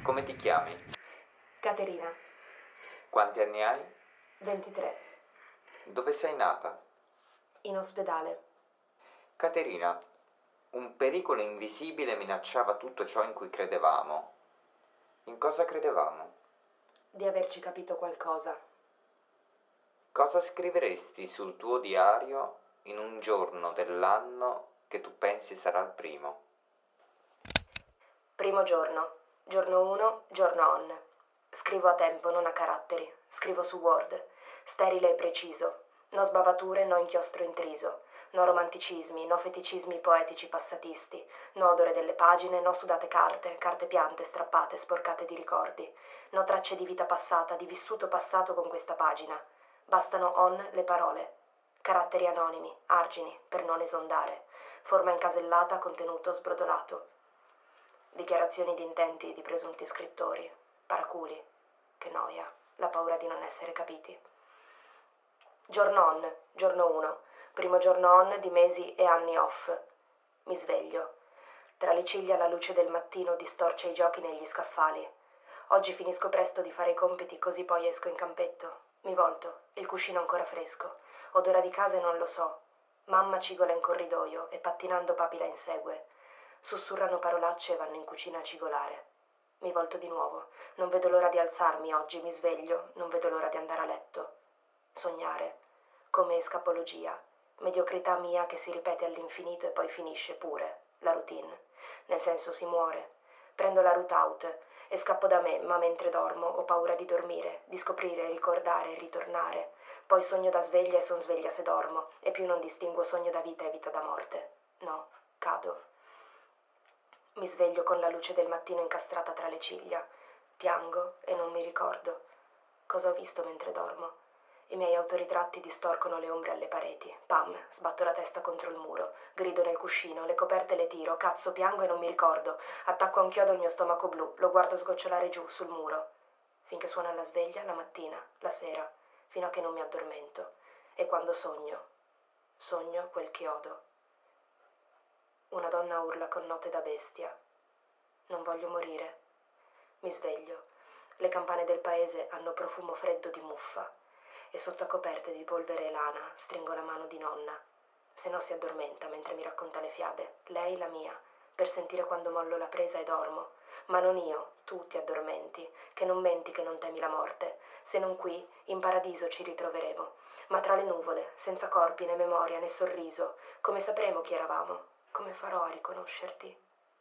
Come ti chiami? Caterina, Quanti anni hai? 23, Dove sei nata? in ospedale. Caterina, un pericolo invisibile minacciava tutto ciò in cui credevamo. In cosa credevamo? Di averci capito qualcosa. Cosa scriveresti sul tuo diario in un giorno dell'anno che tu pensi sarà il primo? Primo giorno 1, giorno on. Scrivo a tempo, non a caratteri. Scrivo su Word. Sterile e preciso. No sbavature, no inchiostro intriso. No romanticismi, no feticismi poetici passatisti. No odore delle pagine, no sudate carte, carte piante, strappate, sporcate di ricordi. No tracce di vita passata, di vissuto passato con questa pagina. Bastano on le parole. Caratteri anonimi, argini, per non esondare. Forma incasellata, contenuto sbrodolato. Dichiarazioni di intenti di presunti scrittori. Paraculi. Che noia. La paura di non essere capiti. Giorno on, giorno 1. Primo giorno on di mesi e anni off. Mi sveglio. Tra le ciglia la luce del mattino distorce i giochi negli scaffali. Oggi finisco presto di fare i compiti, così poi esco in campetto. Mi volto, il cuscino ancora fresco. Odora di casa e non lo so. Mamma cigola in corridoio e pattinando papi la insegue. Sussurrano parolacce e vanno in cucina a cigolare. Mi volto di nuovo. Non vedo l'ora di alzarmi oggi, mi sveglio, non vedo l'ora di andare a letto. Sognare. Come escapologia. Mediocrità mia che si ripete all'infinito e poi finisce pure. La routine. Nel senso si muore. Prendo la route out e scappo da me, ma mentre dormo ho paura di dormire, di scoprire, ricordare, ritornare. Poi sogno da sveglia e son sveglia se dormo, e più non distinguo sogno da vita e vita da morte. No, cado. Mi sveglio con la luce del mattino incastrata tra le ciglia. Piango e non mi ricordo. Cosa ho visto mentre dormo? I miei autoritratti distorcono le ombre alle pareti. Pam, sbatto la testa contro il muro. Grido nel cuscino, le coperte le tiro. Cazzo, piango e non mi ricordo. Attacco a un chiodo il mio stomaco blu. Lo guardo sgocciolare giù, sul muro. Finché suona la sveglia, la mattina, la sera. Fino a che non mi addormento. E quando sogno quel chiodo. Una donna urla con note da bestia. Non voglio morire. Mi sveglio. Le campane del paese hanno profumo freddo di muffa. E sotto a coperte di polvere e lana stringo la mano di nonna. Se no si addormenta mentre mi racconta le fiabe. Lei la mia, per sentire quando mollo la presa e dormo. Ma non io, tu ti addormenti, che non menti che non temi la morte. Se non qui, in paradiso ci ritroveremo. Ma tra le nuvole, senza corpi né memoria né sorriso, come sapremo chi eravamo? Come farò a riconoscerti?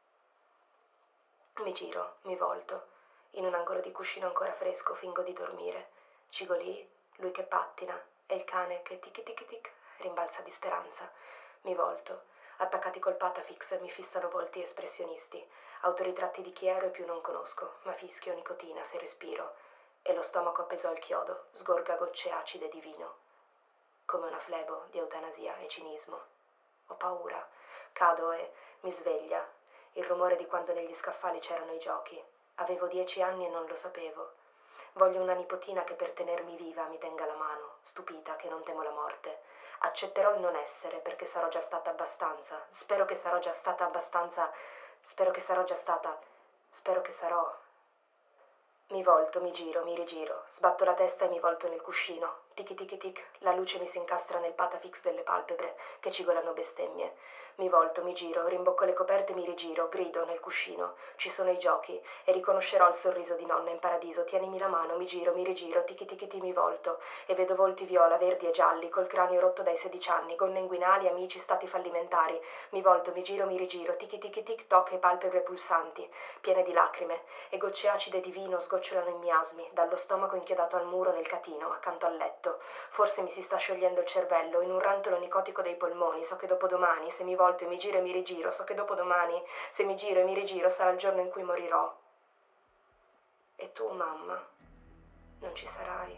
Mi giro, mi volto. In un angolo di cuscino ancora fresco fingo di dormire. Cigolì, lui che pattina, e il cane che tic tic tic rimbalza di speranza. Mi volto. Attaccati col patafix mi fissano volti espressionisti. Autoritratti di chi ero e più non conosco, ma fischio nicotina se respiro. E lo stomaco appeso al chiodo sgorga gocce acide di vino. Come una flebo di eutanasia e cinismo. Ho paura. Cado e mi sveglia. Il rumore di quando negli scaffali c'erano i giochi. Avevo 10 anni e non lo sapevo. Voglio una nipotina che per tenermi viva mi tenga la mano, stupita che non temo la morte. Accetterò il non essere perché sarò già stata abbastanza. Spero che sarò già stata abbastanza. Spero che sarò già stata. Spero che sarò. Mi volto, mi giro, mi rigiro, sbatto la testa e mi volto nel cuscino. Tic tic tic, la luce mi si incastra nel patafix delle palpebre che cigolano bestemmie. Mi volto, mi giro, rimbocco le coperte e mi rigiro, grido nel cuscino. Ci sono i giochi e riconoscerò il sorriso di nonna in paradiso. Tienimi la mano, mi giro, mi rigiro, tic tic tic, mi volto e vedo volti viola, verdi e gialli, col cranio rotto dai 16 anni, gonne inguinali, amici, stati fallimentari. Mi volto, mi giro, mi rigiro, tic tic tic, toc e palpebre pulsanti, piene di lacrime, e gocce acide di vino sgocciolano in miasmi, dallo stomaco inchiodato al muro nel catino, accanto al letto. Forse mi si sta sciogliendo il cervello, in un rantolo nicotico dei polmoni. So che dopodomani, se mi volto e mi giro e mi rigiro, so che dopodomani, se mi giro e mi rigiro, sarà il giorno in cui morirò. E tu, mamma, non ci sarai.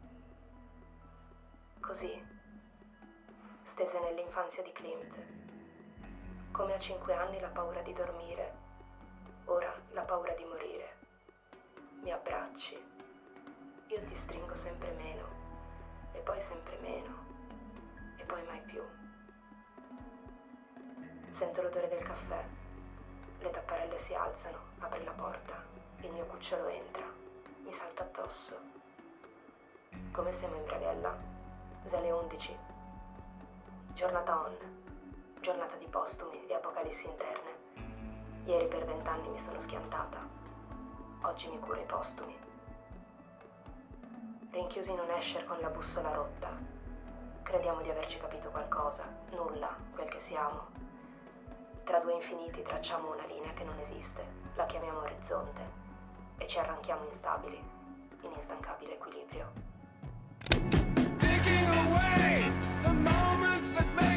Così, stese nell'infanzia di Klimt. Come a 5 anni la paura di dormire, ora la paura di morire. Mi abbracci, io ti stringo sempre meno, e poi sempre meno, e poi mai più. Sento l'odore del caffè, le tapparelle si alzano, Apri la porta, il mio cucciolo entra, mi salta addosso. Come siamo in Braghella? Sono le 11. Giornata on, giornata di postumi e apocalissi interne. Ieri per 20 anni mi sono schiantata, oggi mi curo i postumi. Rinchiusi in un escher con la bussola rotta, crediamo di averci capito qualcosa, nulla, quel che siamo. Tra due infiniti tracciamo una linea che non esiste, la chiamiamo orizzonte e ci arranchiamo instabili, in instancabile equilibrio. Taking away the moments that make